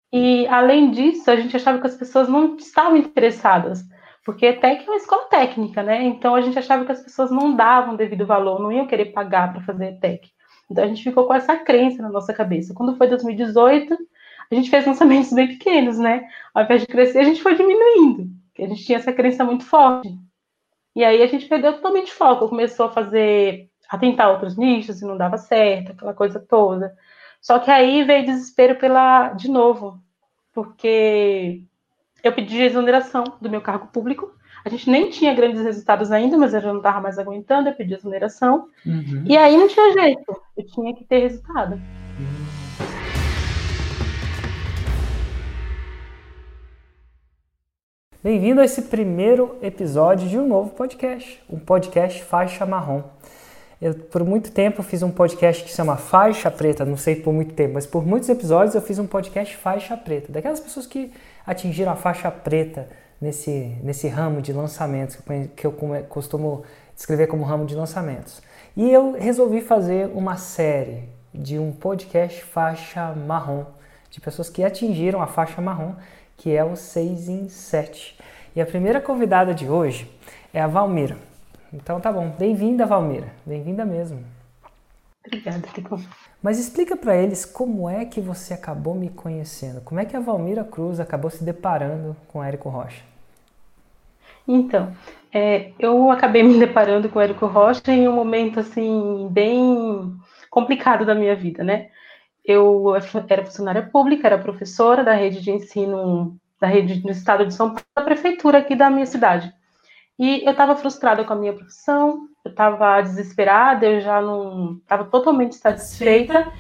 E, além disso, a gente achava que as pessoas não estavam interessadas, porque a TEC é uma escola técnica, né? Então, a gente achava que as pessoas não davam devido valor, não iam querer pagar para fazer TEC. Então, a gente ficou com essa crença na nossa cabeça. Quando foi 2018, a gente fez lançamentos bem pequenos, né? Ao invés de crescer, a gente foi diminuindo, porque a gente tinha essa crença muito forte. E aí, a gente perdeu totalmente foco, começou a tentar outros nichos e não dava certo, aquela coisa toda. Só que aí veio desespero de novo, porque eu pedi exoneração do meu cargo público. A gente nem tinha grandes resultados ainda, mas eu já não estava mais aguentando, eu pedi exoneração. Uhum. E aí não tinha jeito, eu tinha que ter resultado. Bem-vindo a esse primeiro episódio de um novo podcast, um podcast Faixa Marrom. Por muito tempo eu fiz um podcast que se chama Faixa Preta, não sei por muito tempo, mas por muitos episódios eu fiz um podcast Faixa Preta, daquelas pessoas que atingiram a faixa preta nesse ramo de lançamentos, que eu costumo descrever como ramo de lançamentos. E eu resolvi fazer uma série de um podcast Faixa Marrom, de pessoas que atingiram a faixa marrom, que é o 6 em 7. E a primeira convidada de hoje é a Valmira. Então tá bom, bem-vinda, Valmira, bem-vinda mesmo. Obrigada, Kiko. Mas explica para eles como é que você acabou me conhecendo, como é que a Valmira Cruz acabou se deparando com Érico Rocha. Então, eu acabei me deparando com o Érico Rocha em um momento, assim, bem complicado da minha vida, né? Eu era funcionária pública, era professora da rede de ensino da rede do estado de São Paulo, da prefeitura aqui da minha cidade. E eu estava frustrada com a minha profissão, eu estava desesperada, eu já não estava totalmente satisfeita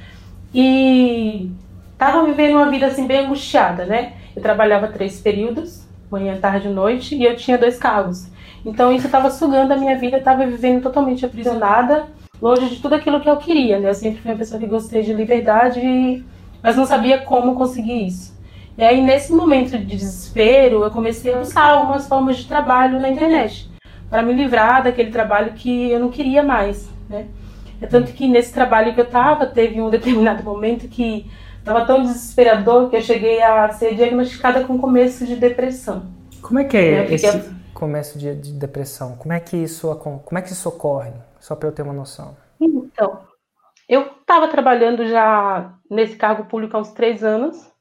e estava vivendo uma vida assim bem angustiada, né? Eu trabalhava 3 períodos, manhã, tarde e noite, e eu tinha 2 cargos. Então isso estava sugando a minha vida, eu estava vivendo totalmente aprisionada, longe de tudo aquilo que eu queria, né? Eu sempre fui uma pessoa que gostei de liberdade, mas não sabia como conseguir isso. E aí, nesse momento de desespero, eu comecei a buscar algumas formas de trabalho na internet, para me livrar daquele trabalho que eu não queria mais, né? É tanto que nesse trabalho que eu estava, teve um determinado momento que estava tão desesperador que eu cheguei a ser diagnosticada com começo de depressão. Como é que é esse começo de depressão? Como é que isso ocorre? Só para eu ter uma noção. Então, eu estava trabalhando já nesse cargo público há uns 3 anos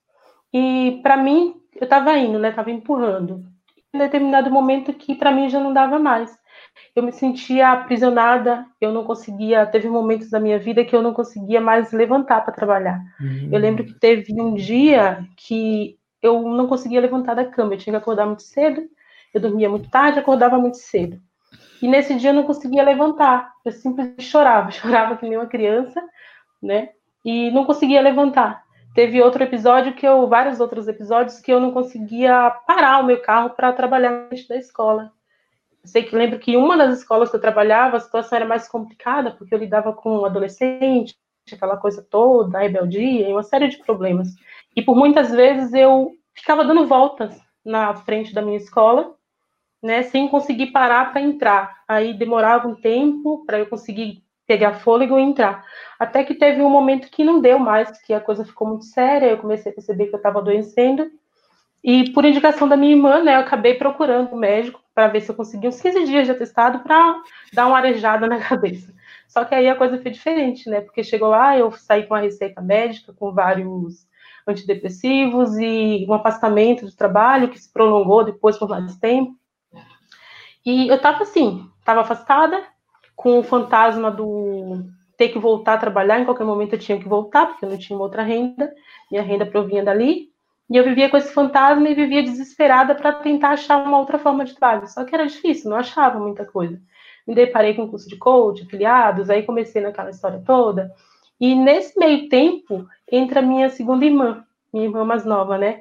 e, para mim, eu estava indo, né? Estava empurrando. Em determinado momento que, para mim, já não dava mais. Eu me sentia aprisionada, eu não conseguia, teve momentos da minha vida que eu não conseguia mais levantar para trabalhar. Eu lembro que teve um dia que eu não conseguia levantar da cama, eu tinha que acordar muito cedo, eu dormia muito tarde, acordava muito cedo. E nesse dia eu não conseguia levantar, eu simplesmente chorava, chorava que nem uma criança, né? E não conseguia levantar. Teve outro episódio vários outros episódios que eu não conseguia parar o meu carro para trabalhar dentro da escola. Lembro que uma das escolas que eu trabalhava, a situação era mais complicada, porque eu lidava com adolescente, aquela coisa toda, a rebeldia e uma série de problemas. E por muitas vezes eu ficava dando voltas na frente da minha escola, né, sem conseguir parar para entrar. Aí demorava um tempo para eu conseguir pegar fôlego e entrar. Até que teve um momento que não deu mais, que a coisa ficou muito séria, eu comecei a perceber que eu estava adoecendo. E por indicação da minha irmã, né, eu acabei procurando um médico para ver se eu conseguia uns 15 dias de atestado para dar uma arejada na cabeça. Só que aí a coisa foi diferente, né? Porque chegou lá, eu saí com a receita médica, com vários antidepressivos e um afastamento do trabalho que se prolongou depois por mais tempo. E eu estava assim, estava afastada, com o fantasma do ter que voltar a trabalhar, em qualquer momento eu tinha que voltar, porque eu não tinha outra renda, minha renda provinha dali, e eu vivia com esse fantasma e vivia desesperada para tentar achar uma outra forma de trabalho. Só que era difícil, não achava muita coisa. Me deparei com um curso de coach, afiliados, aí comecei naquela história toda. E nesse meio tempo, entra a minha segunda irmã, minha irmã mais nova, né?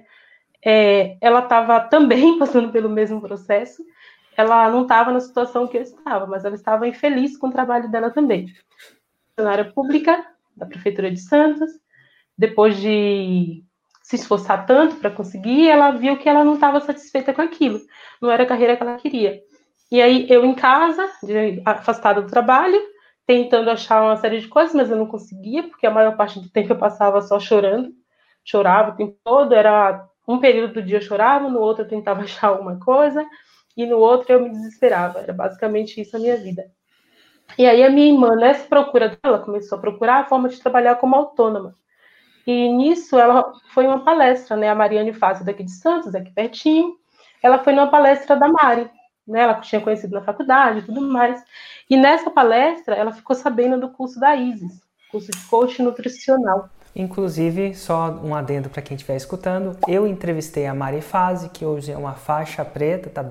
Ela estava também passando pelo mesmo processo. Ela não estava na situação que eu estava, mas ela estava infeliz com o trabalho dela também. Funcionária pública da Prefeitura de Santos, depois de se esforçar tanto para conseguir, ela viu que ela não estava satisfeita com aquilo, não era a carreira que ela queria. E aí eu em casa, afastada do trabalho, tentando achar uma série de coisas, mas eu não conseguia, porque a maior parte do tempo eu passava só chorando chorava o tempo todo, era um período do dia eu chorava, no outro eu tentava achar alguma coisa, e no outro eu me desesperava. Era basicamente isso a minha vida. E aí a minha irmã, nessa procura dela, começou a procurar a forma de trabalhar como autônoma. E nisso ela foi uma palestra, né? A Mariane Fácil daqui de Santos, aqui pertinho. Ela foi numa palestra da Mari, né? Ela tinha conhecido na faculdade e tudo mais. E nessa palestra ela ficou sabendo do curso da Isis, curso de coach nutricional. Inclusive, só um adendo para quem estiver escutando, eu entrevistei a Mari Fase, que hoje é uma faixa preta, tá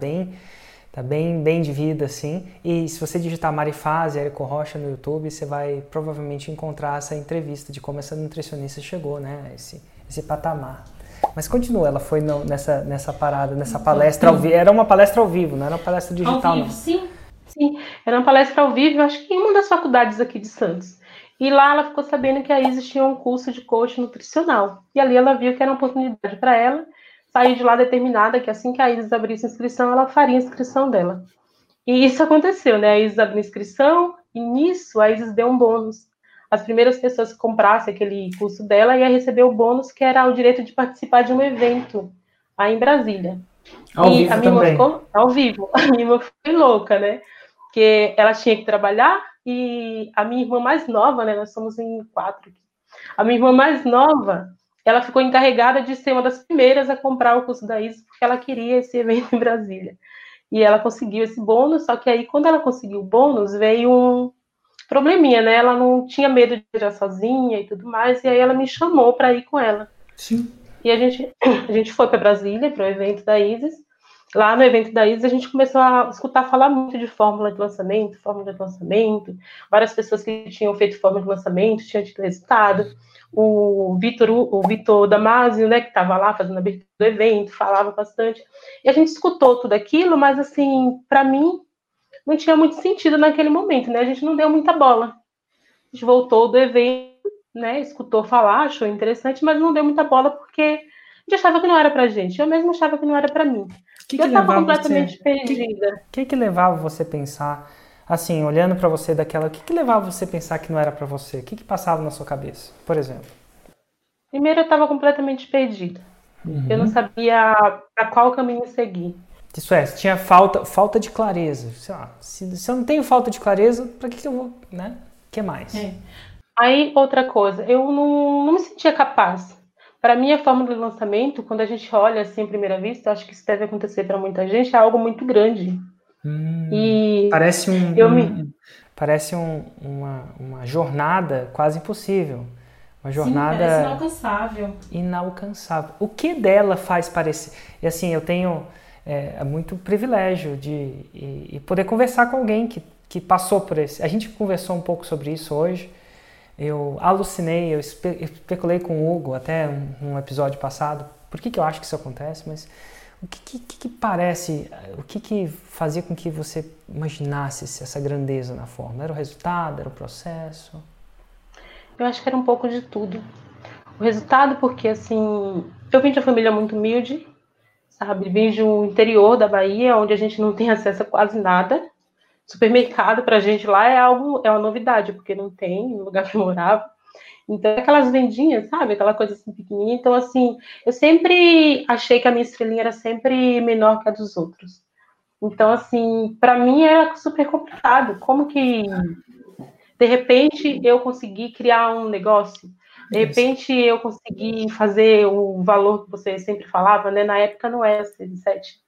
bem de vida, assim. E se você digitar Mari Fase, Érico Rocha no YouTube, você vai provavelmente encontrar essa entrevista de como essa nutricionista chegou, né, esse patamar. Mas continua, ela foi nessa parada, nessa palestra ao vivo. Era uma palestra ao vivo, não era uma palestra digital, ao vivo, não. Sim, era uma palestra ao vivo, acho que em uma das faculdades aqui de Santos. E lá ela ficou sabendo que a Isis tinha um curso de coach nutricional. E ali ela viu que era uma oportunidade para ela, saiu de lá determinada que assim que a Isis abrisse a inscrição, ela faria a inscrição dela. E isso aconteceu, né? A Isis abriu a inscrição e nisso a Isis deu um bônus. As primeiras pessoas que comprassem aquele curso dela ia receber o bônus, que era o direito de participar de um evento aí em Brasília. Ao vivo a minha irmã ficou ao vivo. A minha irmã foi louca, né? Porque ela tinha que trabalhar e a minha irmã mais nova, né? Nós somos em 4. A minha irmã mais nova, ela ficou encarregada de ser uma das primeiras a comprar o curso da Isis, porque ela queria esse evento em Brasília. E ela conseguiu esse bônus, só que aí, quando ela conseguiu o bônus, veio um probleminha, né? Ela não tinha medo de viajar sozinha e tudo mais, e aí ela me chamou para ir com ela. Sim. E a gente foi para Brasília, para o evento da Isis. Lá no evento da Isis, a gente começou a escutar falar muito de fórmula de lançamento. Várias pessoas que tinham feito fórmula de lançamento tinham tido resultado. O Vitor Damasio, né, que estava lá fazendo a abertura do evento, falava bastante. E a gente escutou tudo aquilo, mas, assim, para mim, não tinha muito sentido naquele momento, né? A gente não deu muita bola. A gente voltou do evento, né, escutou falar, achou interessante, mas não deu muita bola porque a gente achava que não era pra gente. Eu mesma achava que não era pra mim. Eu estava completamente perdida. O que levava você a pensar, assim, olhando para você daquela, o que levava você a pensar que não era para você? O que passava na sua cabeça, por exemplo? Primeiro, eu estava completamente perdida. Uhum. Eu não sabia para qual caminho seguir. Isso é, tinha falta de clareza. Sei lá, se eu não tenho falta de clareza, para que eu vou, né? O que mais? Aí, outra coisa, eu não me sentia capaz. Para mim, a fórmula de lançamento, quando a gente olha assim à primeira vista, acho que isso deve acontecer para muita gente, é algo muito grande. E parece uma jornada quase impossível. Uma jornada. Sim, parece inalcançável. O que dela faz parecer? E assim, eu tenho muito privilégio de poder conversar com alguém que passou por esse. A gente conversou um pouco sobre isso hoje. Eu alucinei, eu especulei com o Hugo até num episódio passado por que eu acho que isso acontece, mas o que parece, o que fazia com que você imaginasse essa grandeza na forma? Era o resultado, era o processo? Eu acho que era um pouco de tudo. O resultado porque, assim, eu vim de uma família muito humilde, sabe? Vim de um interior da Bahia, onde a gente não tem acesso a quase nada. Supermercado pra gente lá é uma novidade, porque não tem no lugar que eu morava. Então, aquelas vendinhas, sabe? Aquela coisa assim pequenininha. Então, assim, eu sempre achei que a minha estrelinha era sempre menor que a dos outros. Então, assim, pra mim era super complicado. Como que, de repente, eu consegui criar um negócio? De repente, eu consegui fazer o valor que você sempre falava, né? Na época não era 6,7.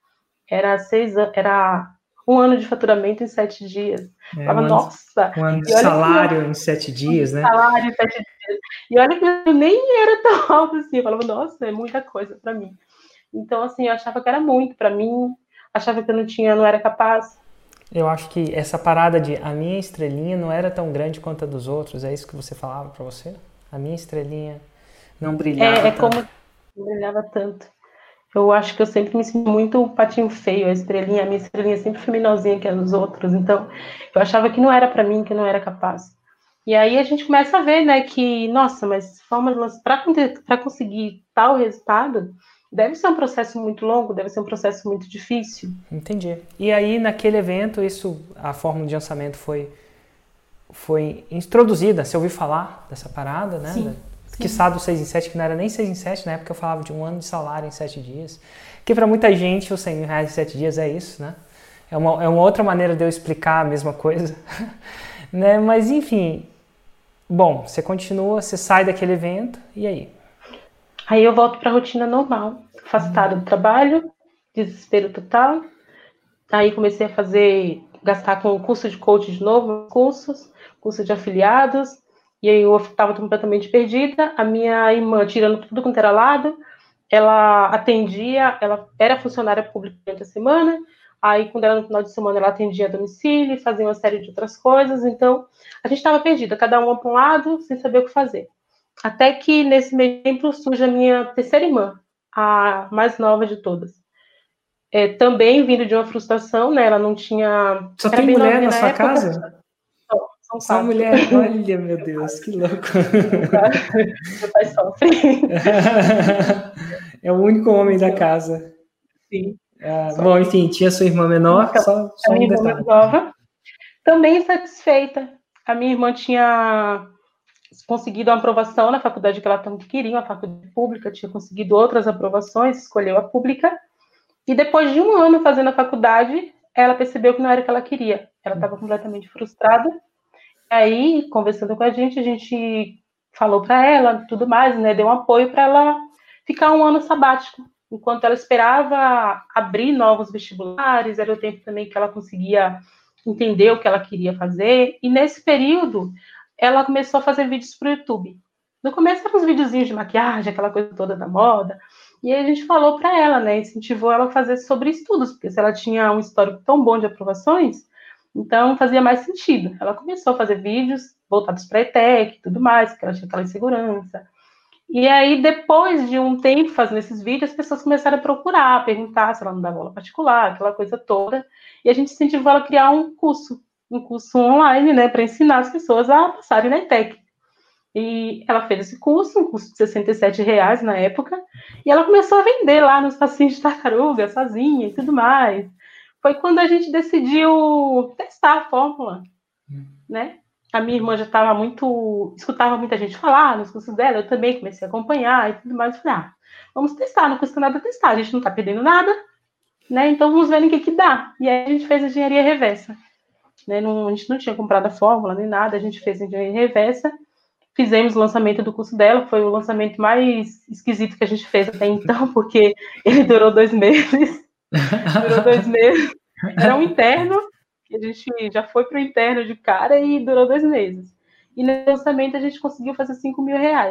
Era 1 ano de faturamento em 7 dias. Falava, nossa! Um ano de salário em 7 dias, né? Salário em 7 dias. E olha que eu nem era tão alto assim. Eu falava, nossa, é muita coisa para mim. Então, assim, eu achava que era muito para mim. Achava que eu não era capaz. Eu acho que essa parada de a minha estrelinha não era tão grande quanto a dos outros. É isso que você falava para você? A minha estrelinha não brilhava tanto. Como não brilhava tanto. Eu acho que eu sempre me senti muito patinho feio, a minha estrelinha sempre foi menorzinha que os outros, então eu achava que não era para mim, que eu não era capaz. E aí a gente começa a ver, né, que, nossa, mas para conseguir tal resultado, deve ser um processo muito longo, deve ser um processo muito difícil. Entendi. E aí, naquele evento, a fórmula de lançamento foi introduzida, você ouviu falar dessa parada, né? Sim. quiçá do 6 em 7, que não era nem 6 em 7, na época eu falava de 1 ano de salário em 7 dias. Porque para muita gente os 100 mil reais em 7 dias é isso, né? É uma outra maneira de eu explicar a mesma coisa. Né? Mas enfim, bom, você continua, você sai daquele evento, e aí? Aí eu volto para a rotina normal, afastada do trabalho, desespero total. Aí comecei a gastar com o curso de coach de novo, curso de afiliados, e aí eu estava completamente perdida. A minha irmã, tirando tudo quanto era lado, ela era funcionária pública durante a semana, aí quando era no final de semana ela atendia a domicílio, fazia uma série de outras coisas, então a gente estava perdida, cada uma para um lado, sem saber o que fazer. Até que nesse meio tempo surge a minha terceira irmã, a mais nova de todas. Também vindo de uma frustração, né? Ela não tinha... Só Era tem bem mulher novinha na na sua época. casa? São Só 4. mulher? Olha, meu Deus, que louco. Meu pai sofre. É o único homem da casa. Sim. Bom, enfim, tinha sua irmã menor, Então, só a um minha irmã detalhe. mais nova, também insatisfeita. A minha irmã tinha conseguido uma aprovação na faculdade que ela tanto queria, uma faculdade pública, tinha conseguido outras aprovações, escolheu a pública, e depois de 1 ano fazendo a faculdade, ela percebeu que não era o que ela queria. Ela estava completamente frustrada. Aí, conversando com a gente falou para ela, tudo mais, né, deu um apoio para ela ficar 1 ano sabático, enquanto ela esperava abrir novos vestibulares, era o tempo também que ela conseguia entender o que ela queria fazer, e nesse período, ela começou a fazer vídeos para o YouTube. No começo eram uns videozinhos de maquiagem, aquela coisa toda da moda, e aí a gente falou para ela, né, incentivou ela a fazer sobre estudos, porque se ela tinha um histórico tão bom de aprovações, então fazia mais sentido. Ela começou a fazer vídeos voltados para a ETEC e tudo mais, porque ela tinha aquela insegurança. E aí, depois de um tempo fazendo esses vídeos, as pessoas começaram a procurar, perguntar se ela não dava aula particular, aquela coisa toda. E a gente incentivou ela a criar um curso online, né, para ensinar as pessoas a passarem na ETEC. E ela fez esse curso, um curso de R$ 67 na época, e ela começou a vender lá nos passinhos de tartaruga, sozinha e tudo mais. Foi quando a gente decidiu testar a fórmula, né? A minha irmã já escutava muita gente falar nos cursos dela, eu também comecei a acompanhar e tudo mais. Falei, vamos testar, não custa nada testar, a gente não tá perdendo nada, né? Então vamos ver no que dá. E aí a gente fez a engenharia reversa, né? A gente não tinha comprado a fórmula nem nada, a gente fez a engenharia reversa, fizemos o lançamento do curso dela, foi o lançamento mais esquisito que a gente fez até então, porque ele durou 2 meses. Durou 2 meses. Era um interno, que a gente já foi para o interno de cara e durou 2 meses. E no lançamento a gente conseguiu fazer R$ 5.000,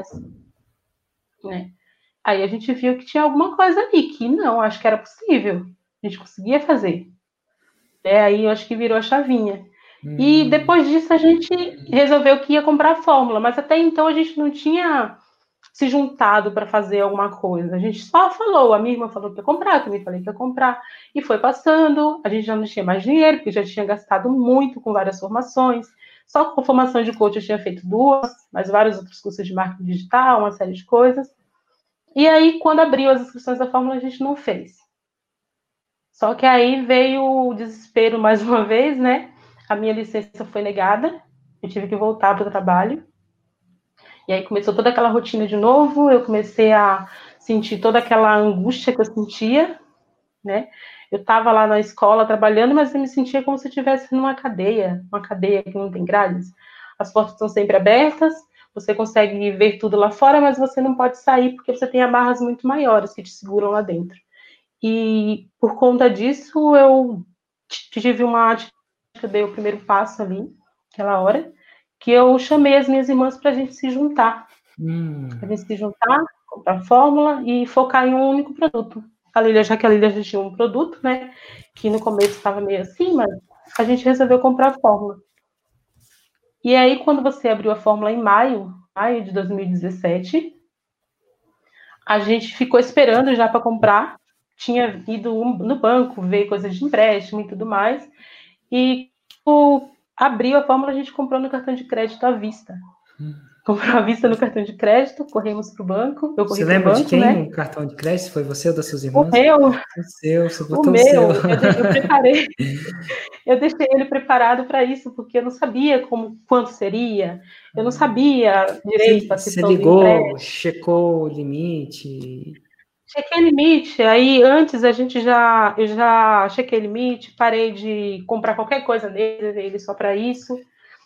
né? Aí a gente viu que tinha alguma coisa ali, que não, acho que era possível. A gente conseguia fazer. Aí eu acho que virou a chavinha. E depois disso a gente resolveu que ia comprar a fórmula, mas até então a gente não tinha se juntado para fazer alguma coisa. A gente só falou, a minha irmã falou que ia comprar, eu também falei que ia comprar, e foi passando, a gente já não tinha mais dinheiro, porque já tinha gastado muito com várias formações, só com formação de coach eu tinha feito 2, mas vários outros cursos de marketing digital, uma série de coisas. E aí, quando abriu as inscrições da fórmula, a gente não fez. Só que aí veio o desespero mais uma vez, né? A minha licença foi negada, eu tive que voltar para o trabalho. E aí começou toda aquela rotina de novo, eu comecei a sentir toda aquela angústia que eu sentia, né? Eu estava lá na escola trabalhando, mas eu me sentia como se eu estivesse numa cadeia, uma cadeia que não tem grades. As portas estão sempre abertas, você consegue ver tudo lá fora, mas você não pode sair porque você tem amarras muito maiores que te seguram lá dentro. E por conta disso, eu tive uma atitude, eu dei o primeiro passo ali, aquela hora, que eu chamei as minhas irmãs para a gente se juntar. A gente se juntar, comprar fórmula e focar em um único produto. Já que a Lília já tinha um produto, né, que no começo estava meio assim, mas a gente resolveu comprar a fórmula. E aí, quando você abriu a fórmula em maio de 2017, a gente ficou esperando já para comprar, tinha ido no banco ver coisas de empréstimo e tudo mais, e abriu a fórmula, a gente comprou no cartão de crédito à vista. Comprou à vista no cartão de crédito, corremos pro banco. Eu corri Você pro lembra de banco, quem né? o cartão de crédito? Foi você ou das suas O irmãs? meu, O seu, você o botou o seu. meu, eu preparei, eu deixei ele preparado para isso, porque eu não sabia quanto seria, eu não sabia direito a Você questão do ligou, empréstimo. checou o limite? Chequei limite, aí antes eu já chequei limite, parei de comprar qualquer coisa nele, ele só para isso.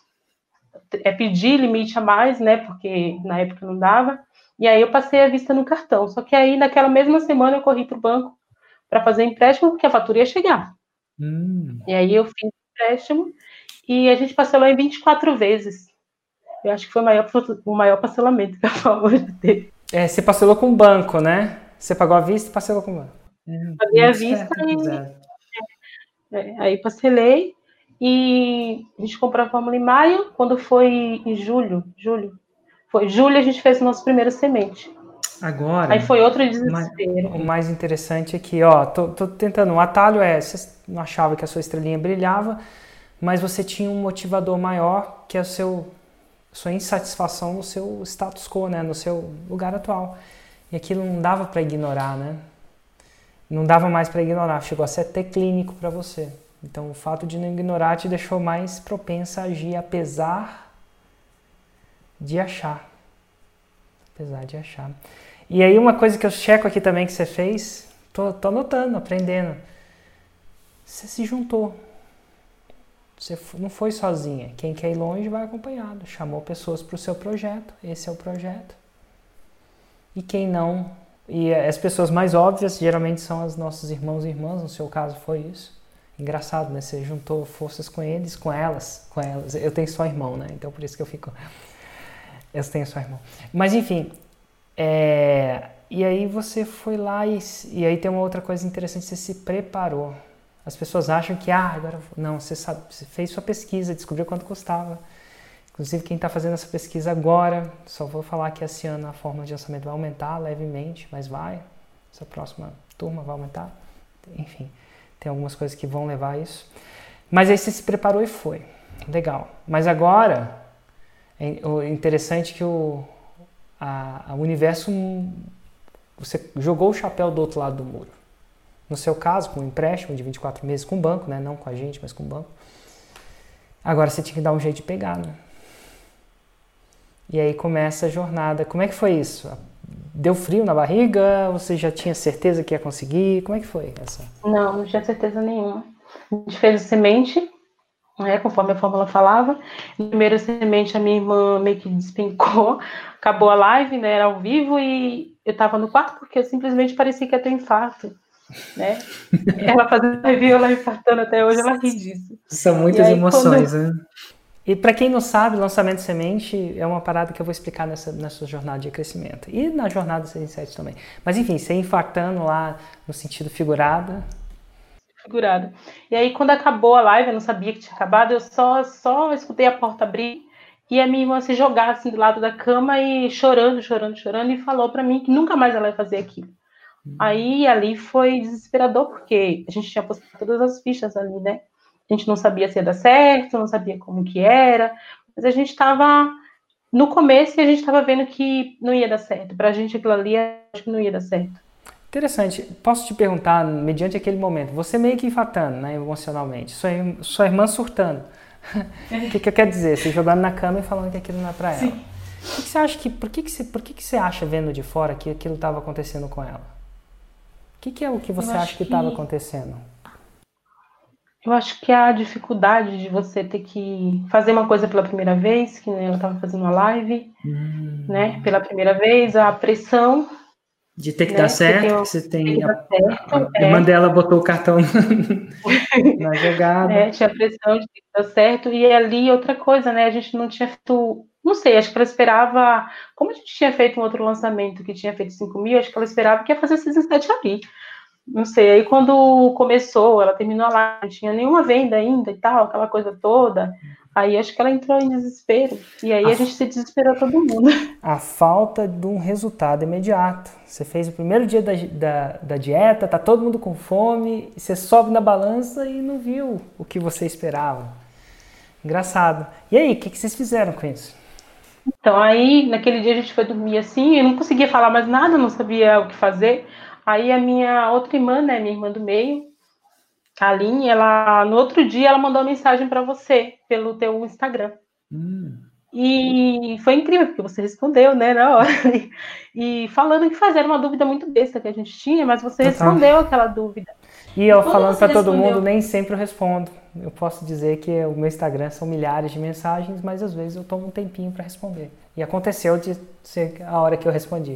Pedir limite a mais, né? Porque na época não dava. E aí eu passei a vista no cartão. Só que aí naquela mesma semana eu corri para o banco para fazer empréstimo, porque a fatura ia chegar. E aí eu fiz empréstimo e a gente parcelou em 24 vezes. Eu acho que foi o maior parcelamento que a Fórmula já teve. Você parcelou com o banco, né? Você pagou à vista e parcelou com o banco. Paguei à Muito vista esperto, Zé. aí parcelei e a gente comprou a Fórmula em maio. Quando foi em julho, a gente fez o nosso primeiro semente. Aí Agora, foi outro desespero. o mais interessante é que, ó, tô tentando, o atalho você não achava que a sua estrelinha brilhava, mas você tinha um motivador maior, que é sua insatisfação no seu status quo, né, no seu lugar atual. E aquilo não dava para ignorar, né? Não dava mais para ignorar, chegou a ser até clínico para você. Então, o fato de não ignorar te deixou mais propensa a agir, apesar de achar. Apesar de achar. E aí, uma coisa que eu checo aqui também que você fez, tô anotando, aprendendo. Você se juntou. Você não foi sozinha. Quem quer ir longe vai acompanhado. Chamou pessoas para o seu projeto. Esse é o projeto. E quem não... E as pessoas mais óbvias geralmente são os nossos irmãos e irmãs. No seu caso foi isso. Engraçado, né? Você juntou forças com eles, com elas. Eu tenho só irmão, né? Então por isso que eu fico... Eu tenho só irmão. Mas enfim... E aí você foi lá e aí tem uma outra coisa interessante. Você se preparou. As pessoas acham que... agora... Não, você sabe, você fez sua pesquisa, descobriu quanto custava. Inclusive, quem está fazendo essa pesquisa agora, só vou falar que esse ano a forma de lançamento vai aumentar levemente, mas vai. Essa próxima turma vai aumentar. Enfim, tem algumas coisas que vão levar a isso. Mas aí você se preparou e foi. Legal. Mas agora, é interessante que o universo, você jogou o chapéu do outro lado do muro. No seu caso, com um empréstimo de 24 meses com o banco, né? Não com a gente, mas com o banco. Agora você tinha que dar um jeito de pegar, né? E aí começa a jornada. Como é que foi isso? Deu frio na barriga? Você já tinha certeza que ia conseguir? Como é que foi essa? Não tinha certeza nenhuma. A gente fez a semente, né, conforme a fórmula falava. Na primeira semente, a minha irmã meio que despencou. Acabou a live, né? Era ao vivo e eu tava no quarto porque eu simplesmente parecia que ia ter infarto, né? Ela fazendo review, ela infartando até hoje, ela ri disso. São muitas emoções, né? E para quem não sabe, lançamento de semente é uma parada que eu vou explicar nessa jornada de crescimento. E na jornada 6 também. Mas enfim, você infartando lá no sentido figurado. E aí, quando acabou a live, eu não sabia que tinha acabado, eu só escutei a porta abrir e a minha irmã se jogar assim do lado da cama e chorando, e falou para mim que nunca mais ela ia fazer aquilo. Aí, ali foi desesperador, porque a gente tinha postado todas as fichas ali, né? A gente não sabia se ia dar certo, não sabia como que era, mas a gente estava no começo e a gente estava vendo que não ia dar certo. Pra gente aquilo ali, acho que não ia dar certo. Interessante. Posso te perguntar, mediante aquele momento, você meio que infartando, né, emocionalmente, sua irmã surtando. O que eu quero dizer? Você jogando na cama e falando que aquilo não é pra ela. Sim. O que você acha por que você acha, vendo de fora, que aquilo estava acontecendo com ela? O que é o que você acha que estava acontecendo? Eu acho que a dificuldade de você ter que fazer uma coisa pela primeira vez, que ela estava fazendo uma live, né? Pela primeira vez, a pressão de ter que dar certo, que você tem a irmã dela botou o cartão na jogada. Tinha a pressão de ter que dar certo, e ali outra coisa, né? A gente não tinha feito, não sei, acho que ela esperava, como a gente tinha feito um outro lançamento que tinha feito 5 mil, acho que ela esperava que ia fazer 17 ali. Não sei, aí quando começou, ela terminou a live, não tinha nenhuma venda ainda e tal, aquela coisa toda. Aí acho que ela entrou em desespero. E aí a gente se desesperou todo mundo. A falta de um resultado imediato. Você fez o primeiro dia da dieta, tá todo mundo com fome, você sobe na balança e não viu o que você esperava. Engraçado. E aí, o que vocês fizeram com isso? Então, aí, naquele dia a gente foi dormir assim, eu não conseguia falar mais nada, não sabia o que fazer. Aí a minha outra irmã, né, minha irmã do meio, a Aline, ela, no outro dia, ela mandou uma mensagem para você, pelo teu Instagram. E foi incrível, porque você respondeu, né, na hora. E falando o que fazer, era uma dúvida muito besta que a gente tinha, mas você Total. respondeu aquela dúvida. E eu Quando falando você para todo respondeu, mundo, nem sempre eu respondo. Eu posso dizer que o meu Instagram são milhares de mensagens, mas às vezes eu tomo um tempinho para responder. E aconteceu de ser a hora que eu respondi.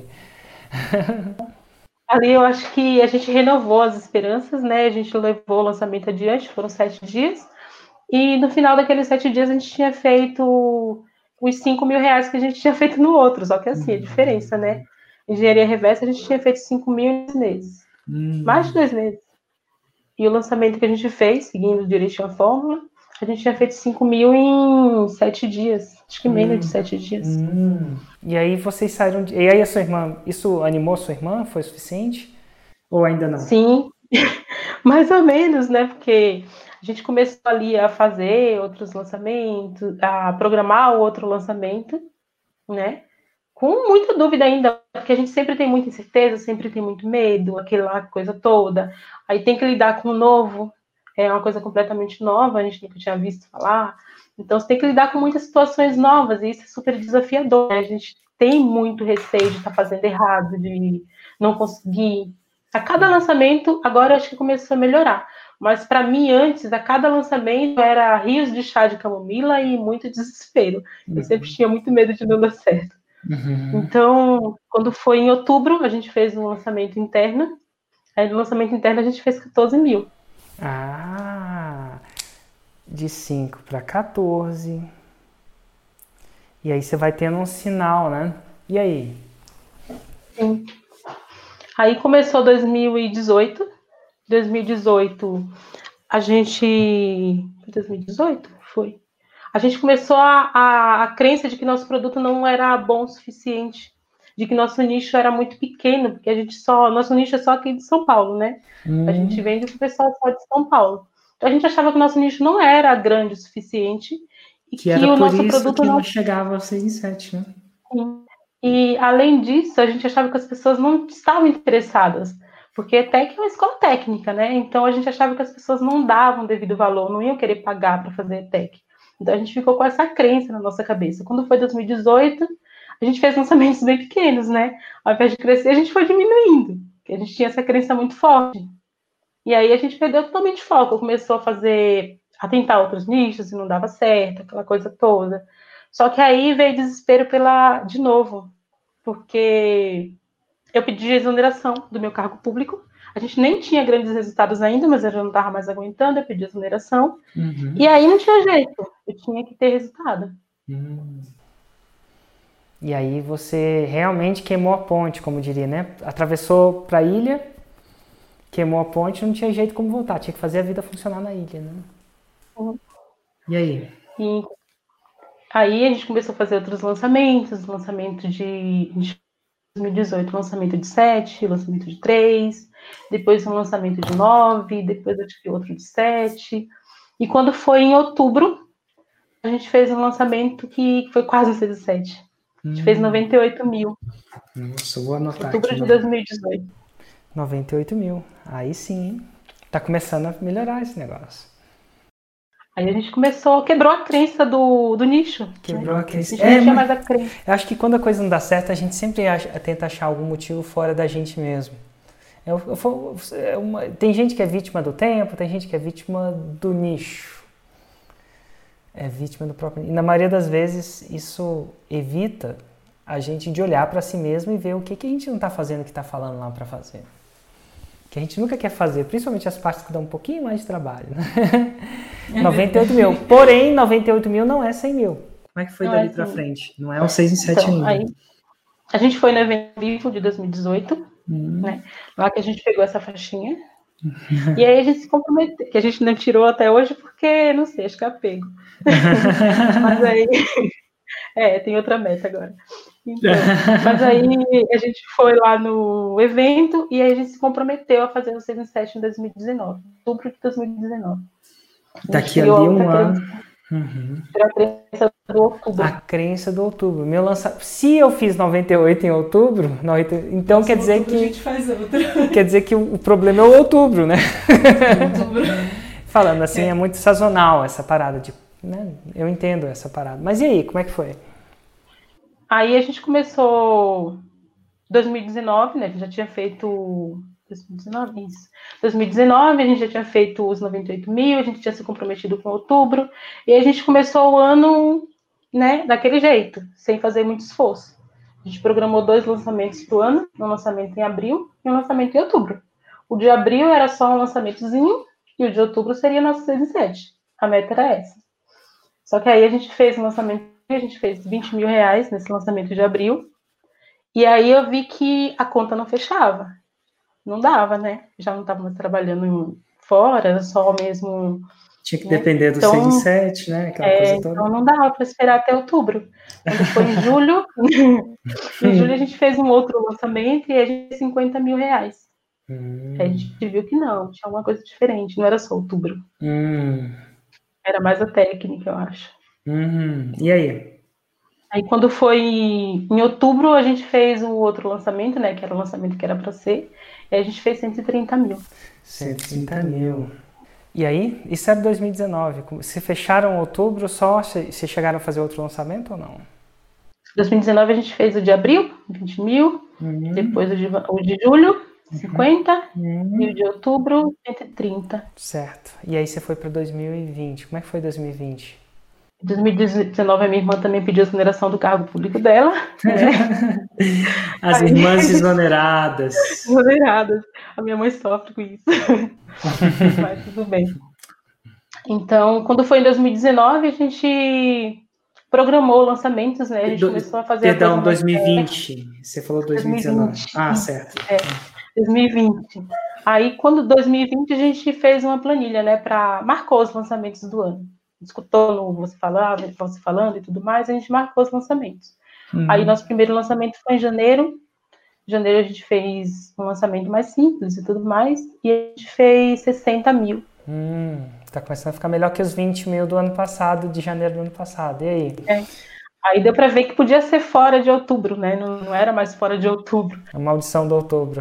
ali eu acho que a gente renovou as esperanças, né? A gente levou o lançamento adiante, foram 7 dias. E no final daqueles 7 dias a gente tinha feito os 5 mil reais que a gente tinha feito no outro. Só que assim, a diferença, né? Engenharia reversa a gente tinha feito 5 mil em 2 meses. Mais de 2 meses. E o lançamento que a gente fez, seguindo direitinho a fórmula, a gente tinha feito 5 mil em 7 dias. Acho que menos de 7 dias. E aí vocês saíram de... E aí a sua irmã, isso animou sua irmã? Foi suficiente? Ou ainda não? Sim, mais ou menos, né? Porque a gente começou ali a fazer outros lançamentos, a programar o outro lançamento, né? Com muita dúvida ainda, porque a gente sempre tem muita incerteza, sempre tem muito medo, aquela coisa toda. Aí tem que lidar com o novo, é uma coisa completamente nova, a gente nunca tinha visto falar. Então você tem que lidar com muitas situações novas, e isso é super desafiador, né? A gente tem muito receio de estar fazendo errado, de não conseguir. A cada lançamento, agora eu acho que começou a melhorar. Mas para mim, antes, a cada lançamento era rios de chá de camomila e muito desespero. Eu sempre tinha muito medo de não dar certo. Então, quando foi em outubro, a gente fez um lançamento interno. Aí no lançamento interno a gente fez 14 mil. Ah, de 5 para 14. E aí você vai tendo um sinal, né? E aí? Sim. Aí começou 2018. 2018, a gente. 2018? Foi. A gente começou a crença de que nosso produto não era bom o suficiente, de que nosso nicho era muito pequeno, porque a gente só. Nosso nicho é só aqui de São Paulo, né? A gente vende para o pessoal só de São Paulo. Então a gente achava que o nosso nicho não era grande o suficiente e Que era que o por nosso isso produto que não. não chegava aos 6 e 7, né? E além disso, a gente achava que as pessoas não estavam interessadas, porque até que é uma escola técnica, né? Então a gente achava que as pessoas não davam devido valor, não iam querer pagar para fazer tech. Então a gente ficou com essa crença na nossa cabeça. Quando foi 2018, a gente fez lançamentos bem pequenos, né? Ao invés de crescer, a gente foi diminuindo, porque a gente tinha essa crença muito forte. E aí a gente perdeu totalmente foco, começou a tentar outros nichos e não dava certo, aquela coisa toda. Só que aí veio desespero de novo, porque eu pedi exoneração do meu cargo público. A gente nem tinha grandes resultados ainda, mas eu já não estava mais aguentando, eu pedi exoneração. E aí não tinha jeito, eu tinha que ter resultado. E aí você realmente queimou a ponte, como diria, né? Atravessou para a ilha, queimou a ponte, não tinha jeito como voltar, tinha que fazer a vida funcionar na ilha, né? E aí? E aí a gente começou a fazer outros lançamentos, lançamento de 2018, lançamento de 7, lançamento de 3, depois um lançamento de 9, depois acho que outro de 7. E quando foi em outubro, a gente fez um lançamento que foi quase 6 e 7. A gente fez 98 mil. Nossa, vou anotar Outubro aqui. de 2018. 98 mil. Aí sim, hein? Tá começando a melhorar esse negócio. Aí a gente quebrou a crença do nicho. Quebrou né? a crença. A gente não tinha mais a crença. Eu acho que quando a coisa não dá certo, a gente sempre tenta achar algum motivo fora da gente mesmo. Tem gente que é vítima do tempo, tem gente que é vítima do nicho. É vítima do próprio. E na maioria das vezes isso evita a gente de olhar para si mesmo e ver o que a gente não está fazendo que está falando lá para fazer. Que a gente nunca quer fazer, principalmente as partes que dão um pouquinho mais de trabalho. Né? 98 mil. Porém, 98 mil não é 100 mil. Como é que foi dali para frente? Não é o 6 em 7 ainda. Aí, a gente foi no evento vivo de 2018, né? Lá que a gente pegou essa faixinha. E aí a gente se comprometeu, que a gente não tirou até hoje porque, não sei, acho que é apego. Mas aí, tem outra meta agora. Então, mas aí a gente foi lá no evento e aí a gente se comprometeu a fazer o 6 em 7 em 2019, outubro de 2019. Daqui ali um ano. Era a crença do outubro. A crença do outubro. Se eu fiz 98 em outubro, então quer dizer que... a gente faz outra. Quer dizer que o problema é o outubro, né? Outubro. Falando assim, é muito sazonal essa parada, né? Eu entendo essa parada. Mas e aí, como é que foi? Aí a gente começou 2019, né? A gente já tinha feito... 2019, isso. 2019, a gente já tinha feito os 98 mil, a gente tinha se comprometido com outubro, e a gente começou o ano, né, daquele jeito, sem fazer muito esforço. A gente programou 2 lançamentos do ano, um lançamento em abril e um lançamento em outubro. O de abril era só um lançamentozinho, e o de outubro seria nosso 6 e 7. A meta era essa. Só que aí a gente fez um lançamento, a gente fez 20 mil reais nesse lançamento de abril, e aí eu vi que a conta não fechava. Não dava, né? Já não estava mais trabalhando fora, era só mesmo... Tinha que depender do 6 e 7, né? Aquela coisa toda. Então não dava para esperar até outubro. Quando foi em julho, em julho a gente fez um outro lançamento e a gente fez 50 mil reais. Aí a gente viu que não, tinha uma coisa diferente, não era só outubro. Era mais a técnica, eu acho. E aí? Aí quando foi em outubro, a gente fez o outro lançamento, né? Que era o lançamento que era para ser. E a gente fez 130 mil. 130 mil. E aí? Isso era 2019. Se fecharam em outubro, só se chegaram a fazer outro lançamento ou não? 2019 a gente fez o de abril, 20 mil. Depois o de julho, 50. E o de outubro, 130. Certo. E aí você foi para 2020. Como é que foi 2020? Em 2019, a minha irmã também pediu exoneração do cargo público dela. Né? As irmãs exoneradas. Exoneradas. A minha mãe sofre com isso. Mas tudo bem. Então, quando foi em 2019, a gente programou lançamentos, né? A gente começou a fazer... Perdão, 2020. Você falou 2019. 2020. Certo. 2020. Aí, quando 2020, a gente fez uma planilha, né? Marcou os lançamentos do ano. Escutou você falando e tudo mais, a gente marcou os lançamentos. Aí, nosso primeiro lançamento foi em janeiro. Em janeiro, a gente fez um lançamento mais simples e tudo mais. E a gente fez 60 mil. Tá começando a ficar melhor que os 20 mil do ano passado, de janeiro do ano passado. E aí? Aí deu para ver que podia ser fora de outubro, né? Não era mais fora de outubro. A maldição do outubro.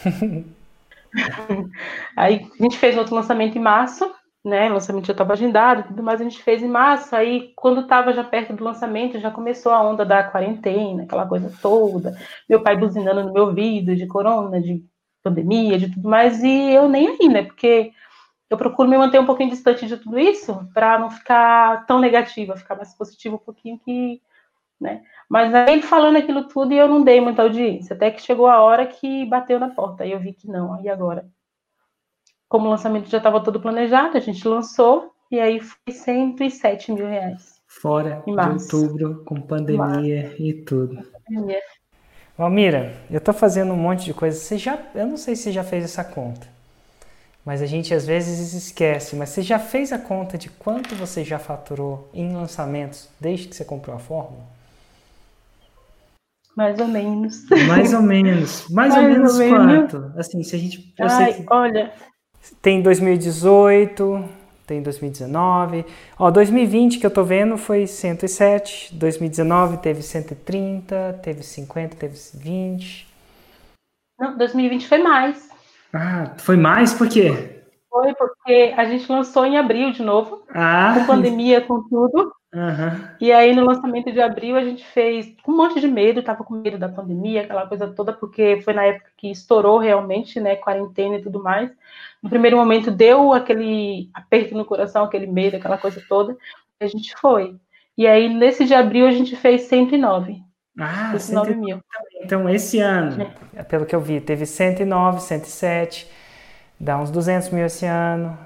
Aí a gente fez outro lançamento em março, né? O lançamento já estava agendado e tudo mais, a gente fez em março. Aí, quando estava já perto do lançamento, já começou a onda da quarentena, aquela coisa toda. Meu pai buzinando no meu ouvido, de corona, de pandemia, de tudo mais. E eu nem aí, né? Porque eu procuro me manter um pouquinho distante de tudo isso para não ficar tão negativa, ficar mais positiva um pouquinho que, né? Mas aí ele falando aquilo tudo e eu não dei muita audiência, até que chegou a hora que bateu na porta, aí eu vi que não, e agora? Como o lançamento já estava todo planejado, a gente lançou, e aí foi 107 mil reais. Fora de outubro, com pandemia e tudo. Pandemia. Valmira, eu tô fazendo um monte de coisa, eu não sei se você já fez essa conta, mas a gente às vezes esquece, mas você já fez a conta de quanto você já faturou em lançamentos desde que você comprou a fórmula? Mais ou menos. Mais ou menos. Mais ou menos quanto? Assim, se a gente... Olha... Tem 2018, tem 2019. 2020 que eu tô vendo foi 107. 2019 teve 130, teve 50, teve 20. Não, 2020 foi mais. Foi mais? Por quê? Foi porque a gente lançou em abril de novo, com pandemia, com tudo. E aí, no lançamento de abril, a gente fez com um monte de medo, tava com medo da pandemia, aquela coisa toda, porque foi na época que estourou realmente, né, quarentena e tudo mais. No primeiro momento, deu aquele aperto no coração, aquele medo, aquela coisa toda, e a gente foi. E aí, nesse de abril, a gente fez 109. 109 mil. Então, esse ano, pelo que eu vi, teve 109, 107, dá uns 200 mil esse ano.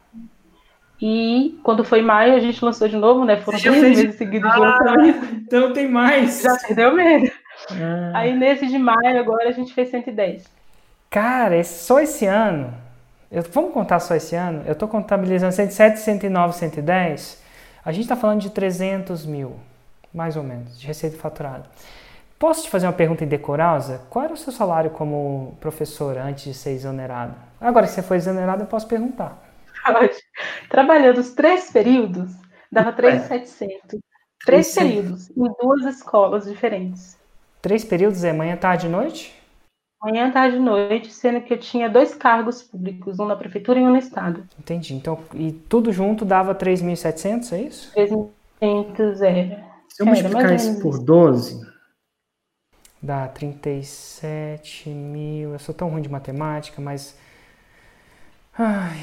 E quando foi em maio, a gente lançou de novo, né? Foram 3 meses seguidos de lançamento. Então tem mais. Já perdeu medo. Aí nesse de maio, agora a gente fez 110. Cara, só esse ano, vamos contar só esse ano? Eu tô contabilizando 107, 109, 110. A gente tá falando de 300 mil, mais ou menos, de receita faturada. Posso te fazer uma pergunta indecorosa? Qual era o seu salário como professora antes de ser exonerado? Agora que você foi exonerado, eu posso perguntar. Trabalhando os 3 períodos, Dava 3.700. Três períodos, em 2 escolas diferentes. 3 períodos é manhã, tarde e noite? Manhã, tarde e noite, sendo que eu tinha 2 cargos públicos, um na prefeitura e um no estado. Entendi. Então, e tudo junto dava 3.700, é isso? 3.500 era. Se eu multiplicar isso por 12, dá 37 mil. Eu sou tão ruim de matemática, mas... Ai,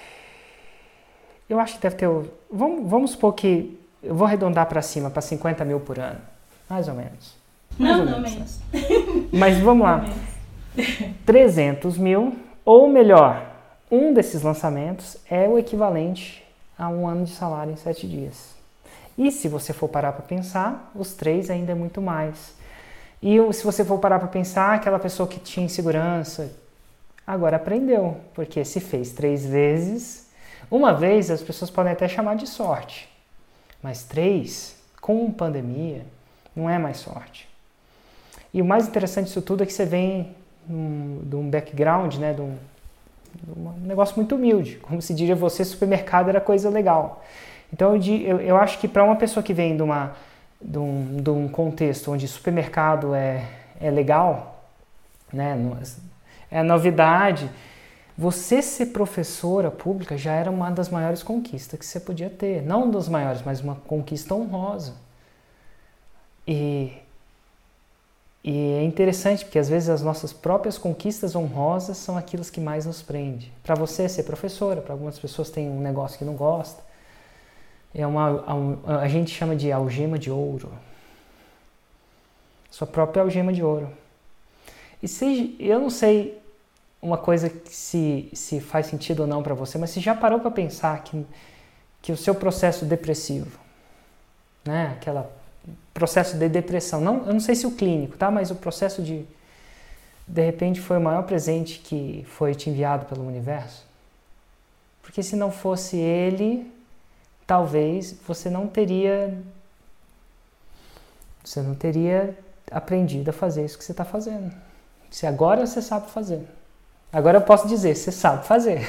eu acho que deve ter... Vamos supor que... Eu vou arredondar para cima, para 50 mil por ano. Mais ou menos. Não, menos. Mas vamos lá. 300 mil, ou melhor, um desses lançamentos é o equivalente a 1 ano de salário em 7 dias. E se você for parar para pensar, os 3 ainda é muito mais. E se você for parar para pensar, aquela pessoa que tinha insegurança, agora aprendeu, porque se fez 3 vezes, uma vez as pessoas podem até chamar de sorte, mas 3, com pandemia, não é mais sorte. E o mais interessante disso tudo é que você vem de um background, né, de um negócio muito humilde. Como se diria você, supermercado era coisa legal. Então eu acho que para uma pessoa que vem de um contexto onde supermercado é legal, né, é novidade, você ser professora pública já era uma das maiores conquistas que você podia ter. Não uma das maiores, mas uma conquista honrosa. E é interessante porque às vezes as nossas próprias conquistas honrosas são aquelas que mais nos prendem. Para você ser professora, para algumas pessoas tem um negócio que não gosta. A gente chama de algema de ouro. Sua própria algema de ouro. E eu não sei uma coisa que se faz sentido ou não para você, mas você já parou para pensar que o seu processo depressivo, né, aquele processo de depressão, eu não sei se o clínico, tá, mas o processo de repente foi o maior presente que foi te enviado pelo universo? Porque se não fosse ele, talvez você não teria aprendido a fazer isso que você está fazendo. Se agora você sabe fazer. Agora eu posso dizer, você sabe fazer.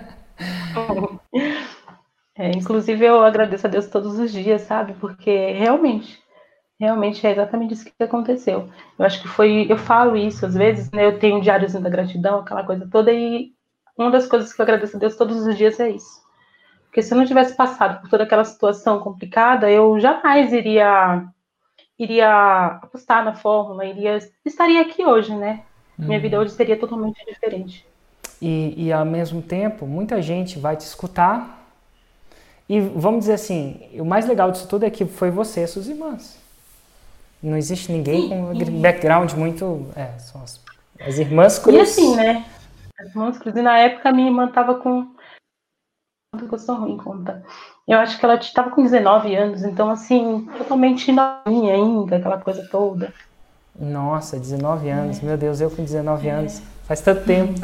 Inclusive eu agradeço a Deus todos os dias, sabe? Porque realmente é exatamente isso que aconteceu. Eu acho que eu falo isso às vezes, né? Eu tenho um diáriozinho da gratidão, aquela coisa toda, e uma das coisas que eu agradeço a Deus todos os dias é isso. Porque se eu não tivesse passado por toda aquela situação complicada, eu jamais iria apostar na fórmula, estaria aqui hoje, né? Minha vida hoje seria totalmente diferente. E ao mesmo tempo, muita gente vai te escutar. E vamos dizer assim, o mais legal disso tudo é que foi você e suas irmãs. Não existe ninguém com um background muito... são as irmãs cruz. E assim, né? As irmãs cruz. E na época a minha irmã estava com... Eu sou ruim em conta. Eu acho que ela estava com 19 anos, então assim, totalmente novinha ainda, aquela coisa toda. Nossa, 19 anos, meu Deus, eu com 19 anos, faz tanto tempo.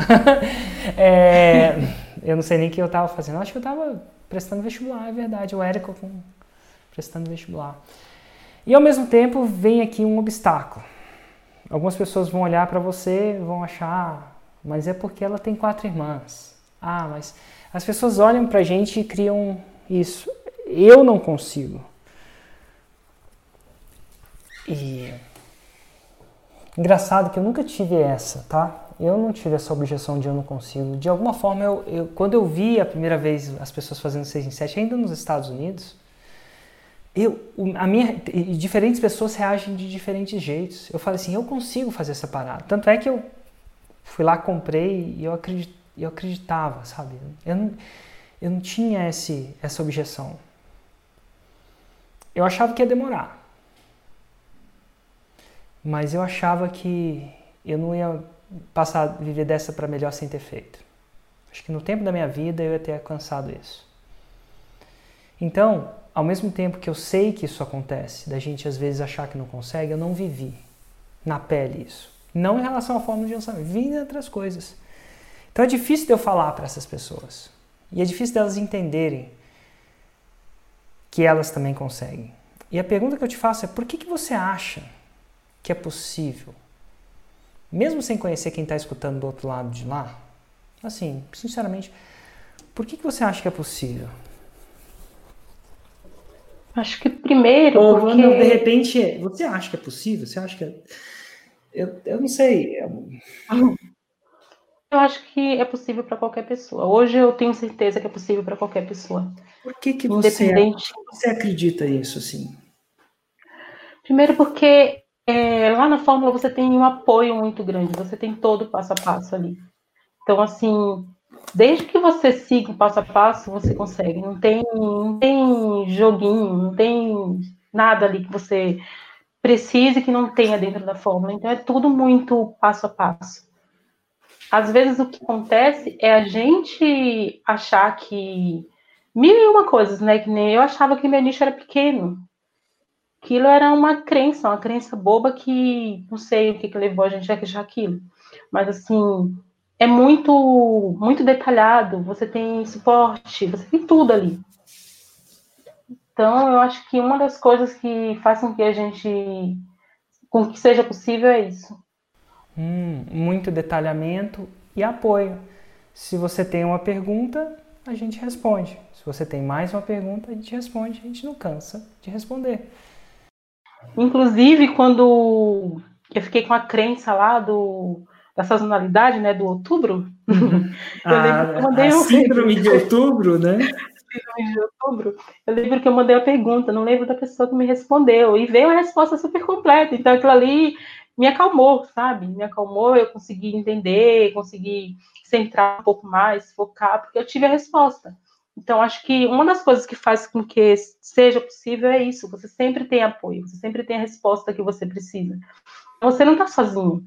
Eu não sei nem o que eu estava fazendo, acho que eu estava prestando vestibular, é verdade, o Érico prestando vestibular. E ao mesmo tempo vem aqui um obstáculo. Algumas pessoas vão olhar para você, vão achar, mas é porque ela tem 4 irmãs. Mas as pessoas olham pra gente e criam isso. Eu não consigo. E engraçado que eu nunca tive essa, tá? Eu não tive essa objeção de eu não consigo. De alguma forma, quando eu vi a primeira vez as pessoas fazendo 6 em 7, ainda nos Estados Unidos, diferentes pessoas reagem de diferentes jeitos. Eu falei assim, eu consigo fazer essa parada. Tanto é que eu fui lá, comprei e eu acreditava, sabe? Eu não tinha essa objeção. Eu achava que ia demorar. Mas eu achava que eu não ia viver dessa para melhor sem ter feito. Acho que no tempo da minha vida eu ia ter alcançado isso. Então, ao mesmo tempo que eu sei que isso acontece, da gente às vezes achar que não consegue, eu não vivi na pele isso. Não em relação à forma de lançamento, vi em outras coisas. Então é difícil de eu falar para essas pessoas. E é difícil delas entenderem que elas também conseguem. E a pergunta que eu te faço é, por que você acha que é possível? Mesmo sem conhecer quem está escutando do outro lado de lá, assim, sinceramente, por que você acha que é possível? Acho que primeiro, Ou porque... não, de repente, você acha que é possível? Você acha que é... Eu não sei. Eu acho que é possível para qualquer pessoa. Hoje eu tenho certeza que é possível para qualquer pessoa. Por que Independente. você acredita nisso, assim? Primeiro porque lá na Fórmula você tem um apoio muito grande, você tem todo o passo a passo ali. Então, assim, desde que você siga o passo a passo, você consegue. Não tem joguinho, não tem nada ali que você precise que não tenha dentro da Fórmula. Então, é tudo muito passo a passo. Às vezes o que acontece é a gente achar que mil e uma coisas, né? Que nem eu achava que meu nicho era pequeno. Aquilo era uma crença boba que não sei o que levou a gente a achar aquilo. Mas assim, é muito detalhado, você tem suporte, você tem tudo ali. Então, eu acho que uma das coisas que faz com que seja possível é isso. Muito detalhamento e apoio. Se você tem uma pergunta, a gente responde. Se você tem mais uma pergunta, a gente responde. A gente não cansa de responder. Inclusive, quando eu fiquei com a crença lá da sazonalidade, né, do outubro, eu lembro que eu mandei A síndrome de outubro, né? Síndrome de outubro, eu lembro que eu mandei a pergunta, não lembro da pessoa que me respondeu, e veio a resposta super completa, então aquilo ali me acalmou, sabe? Me acalmou, eu consegui entender, consegui centrar um pouco mais, focar, porque eu tive a resposta. Então, acho que uma das coisas que faz com que seja possível é isso, você sempre tem apoio, você sempre tem a resposta que você precisa. Você não está sozinho.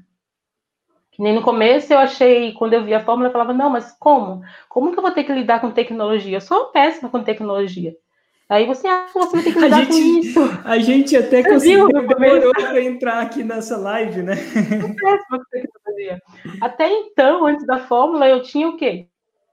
Que nem no começo eu achei, quando eu vi a fórmula, eu falava, não, mas como? Como que eu vou ter que lidar com tecnologia? Eu sou péssima com tecnologia. Aí você acha que você vai ter que lidar com isso. A gente até Você conseguiu, viu no demorou para entrar aqui nessa live, né? Eu sou péssima com tecnologia. Até então, antes da fórmula, eu tinha o quê?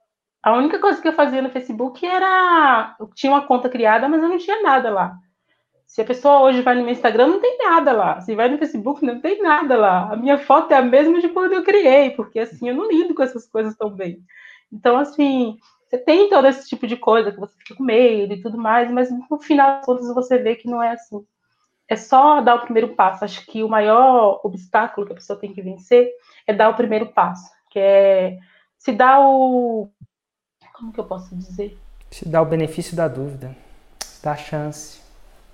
A única coisa que eu fazia no Facebook era... Eu tinha uma conta criada, mas eu não tinha nada lá. Se a pessoa hoje vai no meu Instagram, não tem nada lá. Se vai no Facebook, não tem nada lá. A minha foto é a mesma de quando eu criei, porque assim, eu não lido com essas coisas tão bem. Então, assim, você tem todo esse tipo de coisa que você fica com medo e tudo mais, mas no final das contas você vê que não é assim. É só dar o primeiro passo. Acho que o maior obstáculo que a pessoa tem que vencer é dar o primeiro passo, que é se dar o... Como que eu posso dizer? Se dá o benefício da dúvida, se dá a chance.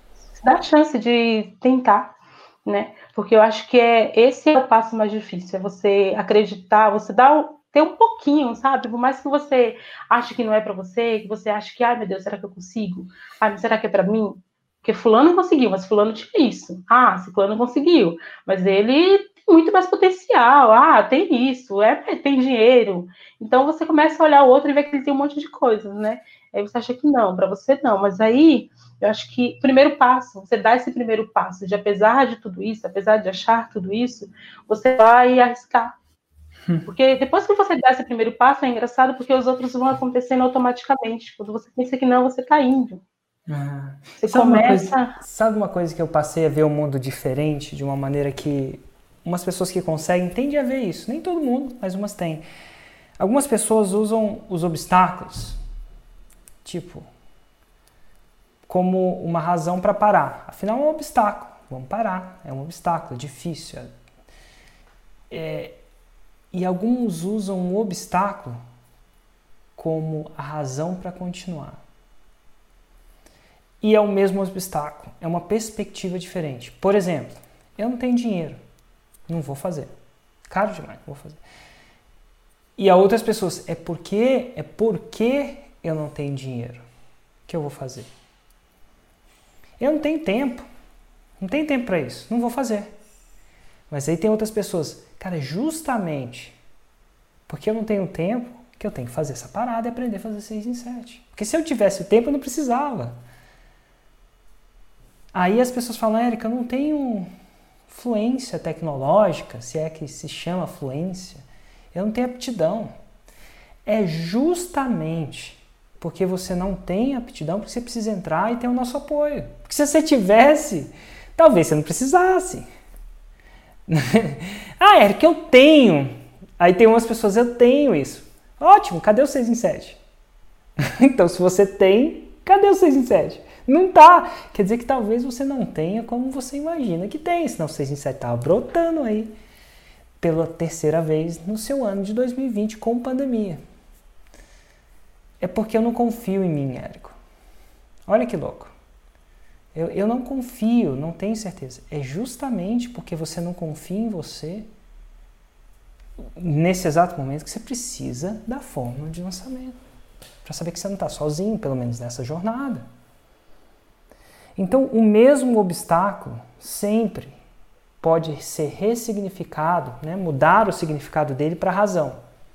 Dá a chance de tentar, né? Porque eu acho que esse é o passo mais difícil, é você acreditar, você ter um pouquinho, sabe? Por mais que você ache que não é para você, que você ache que, ai meu Deus, será que eu consigo? Ai, mas será que é para mim? Porque fulano conseguiu, mas fulano tinha isso. Ah, se fulano conseguiu, mas ele tem muito mais potencial. Ah, tem isso, tem dinheiro. Então você começa a olhar o outro e ver que ele tem um monte de coisas, né? Aí você acha que não, para você não, mas aí eu acho que o primeiro passo, você dá esse primeiro passo, de apesar de tudo isso, apesar de achar tudo isso, você vai arriscar. Porque depois que você dá esse primeiro passo, é engraçado porque os outros vão acontecendo automaticamente. Quando você pensa que não, você está indo. Você sabe uma coisa que eu passei a ver o mundo diferente, de uma maneira que umas pessoas que conseguem tendem a ver isso. Nem todo mundo, mas umas têm. Algumas pessoas usam os obstáculos, tipo, como uma razão para parar. Afinal, é um obstáculo. Vamos parar. É um obstáculo, é difícil. E alguns usam o obstáculo como a razão para continuar. E é o mesmo obstáculo. É uma perspectiva diferente. Por exemplo, eu não tenho dinheiro. Não vou fazer. Caro demais, não vou fazer. E a outras pessoas, é porque eu não tenho dinheiro que eu vou fazer. Eu não tenho tempo. Não tenho tempo para isso. Não vou fazer. Mas aí tem outras pessoas. Cara, justamente porque eu não tenho tempo que eu tenho que fazer essa parada e aprender a fazer 6 em 7. Porque se eu tivesse o tempo, eu não precisava. Aí as pessoas falam, Érica, eu não tenho fluência tecnológica, se é que se chama fluência. Eu não tenho aptidão. É justamente porque você não tem aptidão, porque você precisa entrar e ter o nosso apoio. Porque se você tivesse, talvez você não precisasse. Ah, Érica, eu tenho. Aí tem umas pessoas, eu tenho isso. Ótimo, cadê o 6 em 7? Então, se você tem, cadê o 6 em 7? Não tá. Quer dizer que talvez você não tenha como você imagina que tem, senão o 6 em 7 tava brotando aí pela terceira vez no seu ano de 2020 com pandemia. É porque eu não confio em mim, Érico. Olha que louco. Eu não confio, não tenho certeza. É justamente porque você não confia em você, nesse exato momento, que você precisa da fórmula de lançamento. Para saber que você não está sozinho, pelo menos nessa jornada. Então, o mesmo obstáculo sempre pode ser ressignificado, né? Mudar o significado dele para a razão.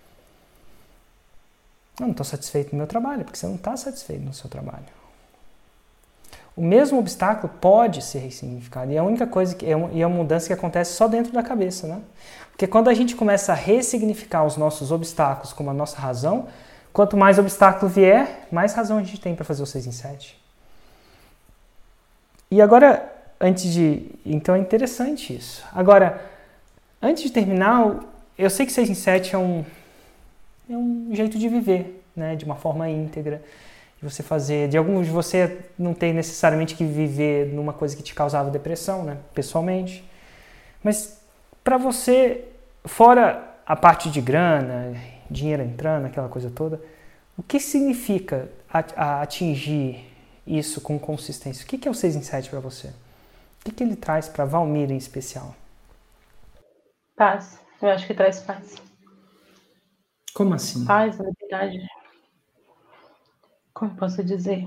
Eu não estou satisfeito no meu trabalho, porque você não está satisfeito no seu trabalho. O mesmo obstáculo pode ser ressignificado. E a única coisa é uma mudança que acontece só dentro da cabeça, né? Porque quando a gente começa a ressignificar os nossos obstáculos como a nossa razão, quanto mais obstáculo vier, mais razão a gente tem para fazer o 6 em 7. E agora, então é interessante isso. Agora, antes de terminar, eu sei que 6 em 7 é um jeito de viver, né? De uma forma íntegra. Você fazer, de você não tem necessariamente que viver numa coisa que te causava depressão, né, pessoalmente. Mas para você, fora a parte de grana, dinheiro entrando, aquela coisa toda, o que significa atingir isso com consistência? O que é o 6 em 7 para você? O que ele traz para Valmir em especial? Paz. Eu acho que traz paz. Como assim? Paz, na verdade. Como posso dizer?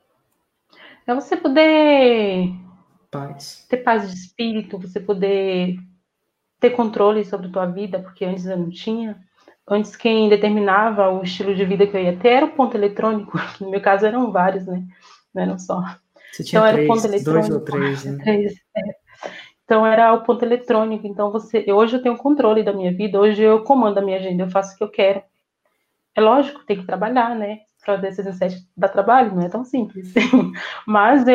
É você poder ter paz de espírito, você poder ter controle sobre a tua vida, porque antes eu não tinha. Antes quem determinava o estilo de vida que eu ia ter era o ponto eletrônico, que no meu caso eram vários, né? Não eram só. Você tinha então era três, o ponto eletrônico. 2 ou 3, né? 3, Então era o ponto eletrônico. Então hoje eu tenho controle da minha vida, hoje eu comando a minha agenda, eu faço o que eu quero. É lógico, tem que trabalhar, né? Para o 6 em 7 dar trabalho, não é tão simples. Mas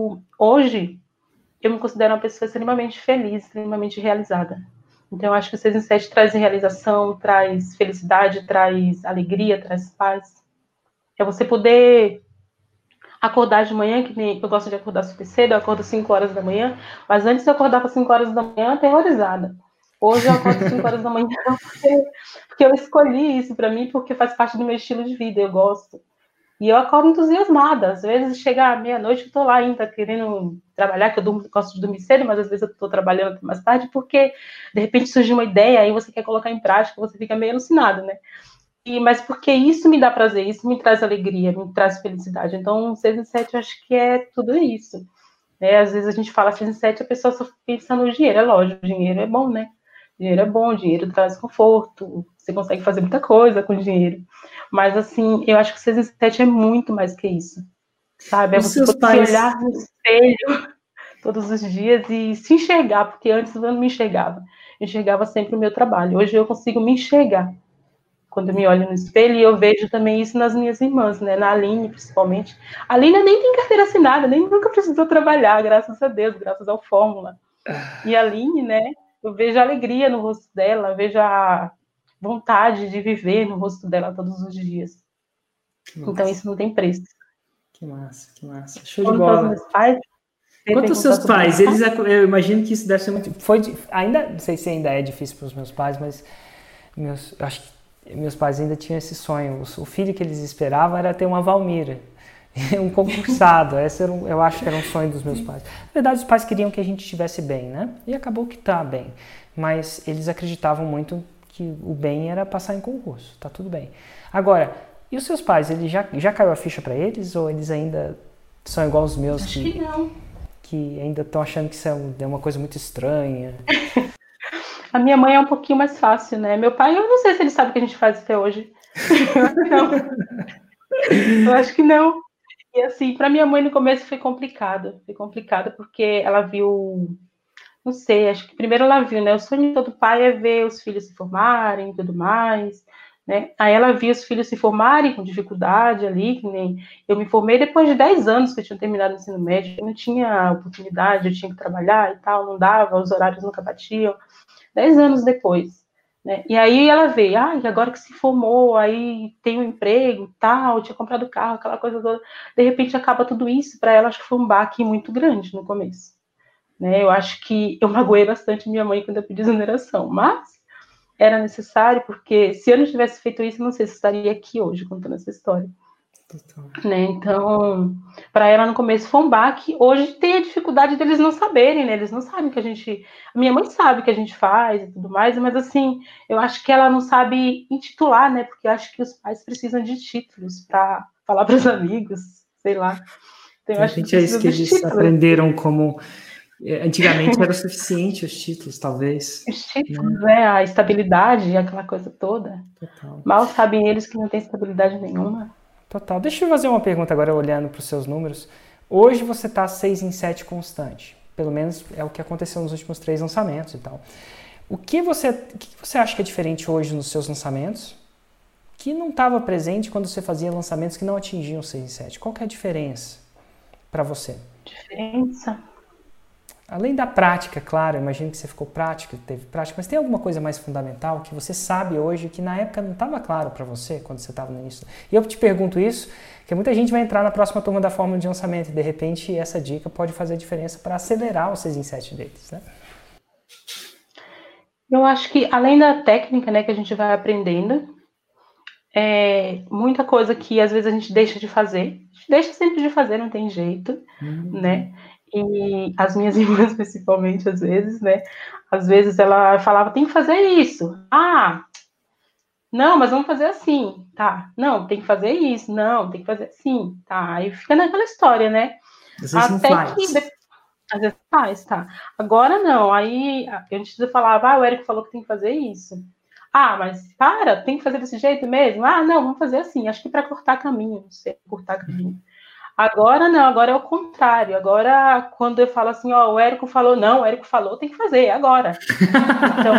hoje, eu me considero uma pessoa extremamente feliz, extremamente realizada. Então, eu acho que o 6 em 7 traz realização, traz felicidade, traz alegria, traz paz. É você poder acordar de manhã, que nem eu gosto de acordar super cedo, eu acordo 5 horas da manhã, mas antes eu acordava 5 horas da manhã aterrorizada. Hoje eu acordo 5 horas da manhã porque eu escolhi isso para mim, porque faz parte do meu estilo de vida, eu gosto. E eu acordo entusiasmada. Às vezes chega à meia-noite, eu estou lá ainda querendo trabalhar, que eu gosto de dormir cedo, mas às vezes eu estou trabalhando até mais tarde, porque de repente surge uma ideia, aí você quer colocar em prática, você fica meio alucinado, né? Mas porque isso me dá prazer, isso me traz alegria, me traz felicidade. Então, 6 em 7 eu acho que é tudo isso. Né? Às vezes a gente fala 6 em 7, a pessoa só pensa no dinheiro. É lógico, o dinheiro é bom, né? Dinheiro é bom, dinheiro traz conforto, você consegue fazer muita coisa com dinheiro. Mas, assim, eu acho que o 6 em 7 é muito mais que isso, sabe? É você poder se olhar no espelho todos os dias e se enxergar, porque antes eu não me enxergava. Eu enxergava sempre o meu trabalho. Hoje eu consigo me enxergar quando eu me olho no espelho, e eu vejo também isso nas minhas irmãs, né? Na Aline, principalmente. A Aline nem tem carteira assinada, nem nunca precisou trabalhar, graças a Deus, graças ao Fórmula. E a Aline, né? Eu vejo a alegria no rosto dela, eu vejo a vontade de viver no rosto dela todos os dias. Então isso não tem preço. Que massa, que massa. Show de bola. Meus pais, quanto aos seus pais, eu imagino que isso deve ser muito... Ainda, não sei se ainda é difícil para os meus pais, mas acho que meus pais ainda tinham esse sonho. O filho que eles esperavam era ter uma Valmira, um concursado. Eu acho que era um sonho dos meus pais. Na verdade, os pais queriam que a gente estivesse bem, né? E acabou que tá bem. Mas eles acreditavam muito que o bem era passar em concurso. Tá tudo bem. Agora, e os seus pais? Ele já caiu a ficha para eles? Ou eles ainda são igual os meus? Acho que não. Que ainda estão achando que isso é uma coisa muito estranha? A minha mãe é um pouquinho mais fácil, né? Meu pai, eu não sei se ele sabe o que a gente faz até hoje. Não. Eu acho que não. E assim, para minha mãe no começo foi complicado. Foi complicado porque ela viu, não sei, acho que primeiro ela viu, né? O sonho de todo pai é ver os filhos se formarem e tudo mais, né? Aí ela viu os filhos se formarem com dificuldade ali, que nem eu me formei depois de 10 anos que eu tinha terminado o ensino médio, eu não tinha oportunidade, eu tinha que trabalhar e tal, não dava, os horários nunca batiam. 10 anos depois, né? E aí ela vê, agora que se formou, aí tem um emprego, tal, tinha comprado carro, aquela coisa toda, de repente acaba tudo isso, para ela acho que foi um baque muito grande no começo, né? Eu acho que eu magoei bastante minha mãe quando eu pedi exoneração, mas era necessário, porque se eu não tivesse feito isso, não sei se eu estaria aqui hoje contando essa história. Né? Então, para ela no começo foi um baque. Hoje tem a dificuldade deles não saberem, né? Eles não sabem que a gente. A minha mãe sabe que a gente faz e tudo mais, mas assim, eu acho que ela não sabe intitular, né? Porque eu acho que os pais precisam de títulos para falar para os amigos, sei lá. Então, De eu acho que repente é isso precisa que dos eles títulos. aprenderam como. Antigamente era o suficiente os títulos, talvez. Os títulos, né? A estabilidade, aquela coisa toda. Total. Mal sabem eles que não tem estabilidade nenhuma. Total. Deixa eu fazer uma pergunta agora, olhando para os seus números. Hoje você está 6 em 7 constante. Pelo menos é o que aconteceu nos últimos 3 lançamentos e tal. O que você acha que é diferente hoje nos seus lançamentos que não estava presente quando você fazia lançamentos que não atingiam 6 em 7? Qual que é a diferença para você? Diferença? Além da prática, claro, eu imagino que você ficou prático, teve prática, mas tem alguma coisa mais fundamental que você sabe hoje que na época não estava claro para você quando você estava no início? E eu te pergunto isso, porque muita gente vai entrar na próxima turma da Fórmula de Lançamento e de repente essa dica pode fazer a diferença para acelerar o 6 em 7 deles, né? Eu acho que além da técnica, né, que a gente vai aprendendo, muita coisa que às vezes a gente deixa de fazer. A gente deixa sempre de fazer, não tem jeito, né? E as minhas irmãs, principalmente, às vezes, né? Às vezes ela falava, tem que fazer isso. Não, mas vamos fazer assim, tá? Não, tem que fazer isso. Não, tem que fazer assim, tá? Aí fica naquela história, né? Às vezes não faz. Às vezes faz, tá? Agora não. Aí a gente falava, o Érico falou que tem que fazer isso. Mas tem que fazer desse jeito mesmo? Não, vamos fazer assim. Acho que para cortar caminho, não sei, cortar caminho. Agora não, agora é o contrário. Agora, quando eu falo assim, o Érico falou, não, o Érico falou, tem que fazer, agora. Então,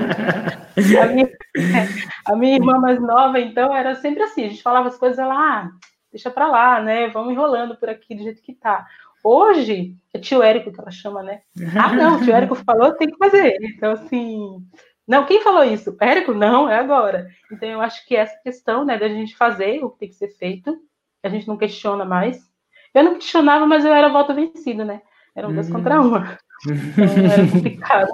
a minha irmã mais nova, então, era sempre assim, a gente falava as coisas, ela, deixa pra lá, né, vamos enrolando por aqui do jeito que tá. Hoje, é tio Érico que ela chama, né? Não, o tio Érico falou, tem que fazer. Então, assim, não, quem falou isso? Érico? Não, é agora. Então, eu acho que essa questão, né, da gente fazer o que tem que ser feito, a gente não questiona mais. Eu não questionava, mas eu era voto vencido, né? Era 2 contra 1. Então, era complicado.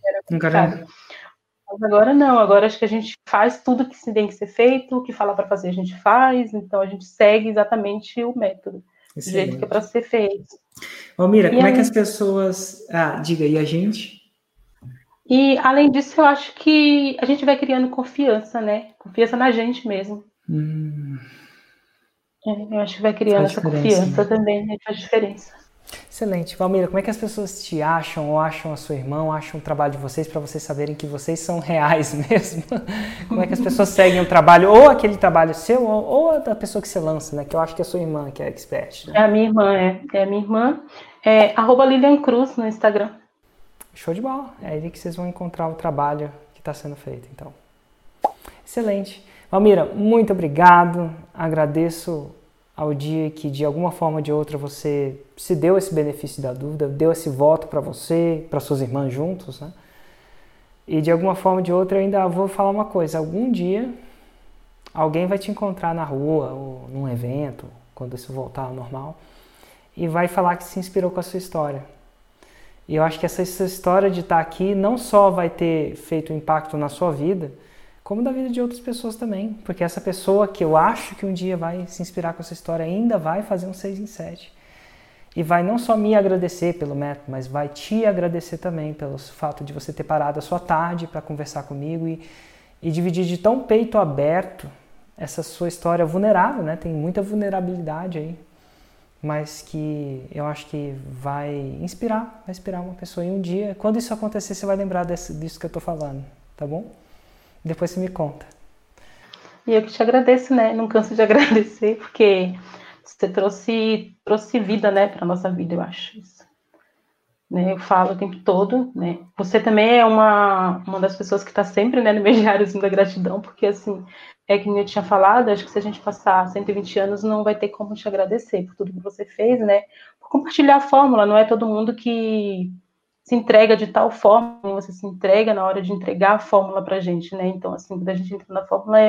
Mas agora não, agora acho que a gente faz tudo que tem que ser feito, o que fala para fazer a gente faz, então a gente segue exatamente o método, do jeito que é para ser feito. Almira, como é que as pessoas... diga, e a gente? E, além disso, eu acho que a gente vai criando confiança, né? Confiança na gente mesmo. Eu acho que vai criando essa confiança, né? Também, né? Faz diferença. Excelente. Valmira, como é que as pessoas te acham, ou acham a sua irmã, ou acham o trabalho de vocês, para vocês saberem que vocês são reais mesmo? Como é que as pessoas seguem o trabalho, ou aquele trabalho seu, ou a da pessoa que você lança, né? Que eu acho que é a sua irmã, que é a expert. Né? É a minha irmã, é a minha irmã. @Lilian Cruz no Instagram. Show de bola. É aí que vocês vão encontrar o trabalho que está sendo feito, então. Excelente. Valmira, muito obrigado. Agradeço ao dia que, de alguma forma ou de outra, você se deu esse benefício da dúvida, deu esse voto para você, para suas irmãs juntos, né? E de alguma forma ou de outra, eu ainda vou falar uma coisa. Algum dia, alguém vai te encontrar na rua ou num evento, quando isso voltar ao normal, e vai falar que se inspirou com a sua história. E eu acho que essa história de estar aqui não só vai ter feito um impacto na sua vida, como da vida de outras pessoas também. Porque essa pessoa que eu acho que um dia vai se inspirar com essa história ainda vai fazer um 6 em 7. E vai não só me agradecer pelo método, mas vai te agradecer também pelo fato de você ter parado a sua tarde para conversar comigo e dividir de tão peito aberto essa sua história vulnerável, né? Tem muita vulnerabilidade aí, mas que eu acho que vai inspirar uma pessoa. E um dia, quando isso acontecer, você vai lembrar disso que eu tô falando, tá bom? Depois você me conta. E eu que te agradeço, né? Não canso de agradecer, porque você trouxe vida, né, para nossa vida, eu acho isso. Né? Eu falo o tempo todo, né? Você também é uma das pessoas que está sempre, né, no meu diáriozinho da gratidão, porque, assim, que nem eu tinha falado, acho que se a gente passar 120 anos, não vai ter como te agradecer por tudo que você fez, né? Por compartilhar a fórmula, não é todo mundo que se entrega de tal forma, você se entrega na hora de entregar a fórmula para a gente, né? Então, assim, quando a gente entra na fórmula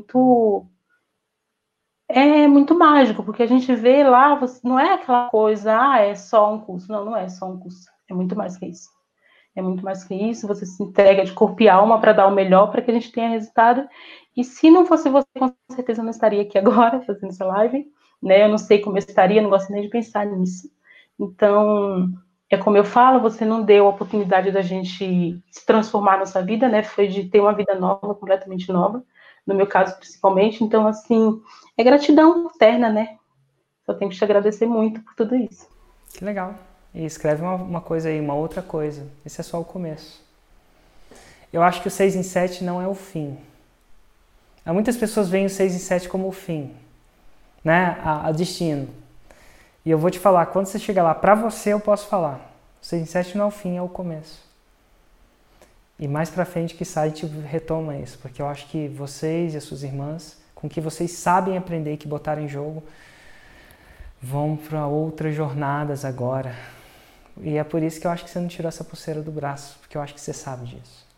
é muito mágico, porque a gente vê lá, não é aquela coisa, é só um curso. Não, não é só um curso. É muito mais que isso. É muito mais que isso. Você se entrega de corpo e alma para dar o melhor para que a gente tenha resultado. E se não fosse você, com certeza eu não estaria aqui agora fazendo essa live, né? Eu não sei como eu estaria, não gosto nem de pensar nisso. Então, é como eu falo, você não deu a oportunidade da gente se transformar na nossa vida, né? Foi de ter uma vida nova, completamente nova, no meu caso principalmente. Então, assim, é gratidão eterna, né? Só tenho que te agradecer muito por tudo isso. Que legal. E escreve uma coisa aí, uma outra coisa. Esse é só o começo. Eu acho que o 6 em 7 não é o fim. Muitas pessoas veem o 6 em 7 como o fim, né? A destino. E eu vou te falar, quando você chegar lá, pra você eu posso falar. O 6 em 7 não é o fim, é o começo. E mais pra frente que sai, a gente retoma isso. Porque eu acho que vocês e as suas irmãs, com o que vocês sabem aprender e que botaram em jogo, vão para outras jornadas agora. E é por isso que eu acho que você não tirou essa pulseira do braço, porque eu acho que você sabe disso.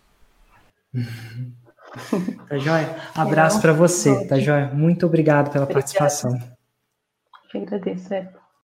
Tá joia? Abraço para você, tá joia? Muito obrigado pela participação. Eu agradeço,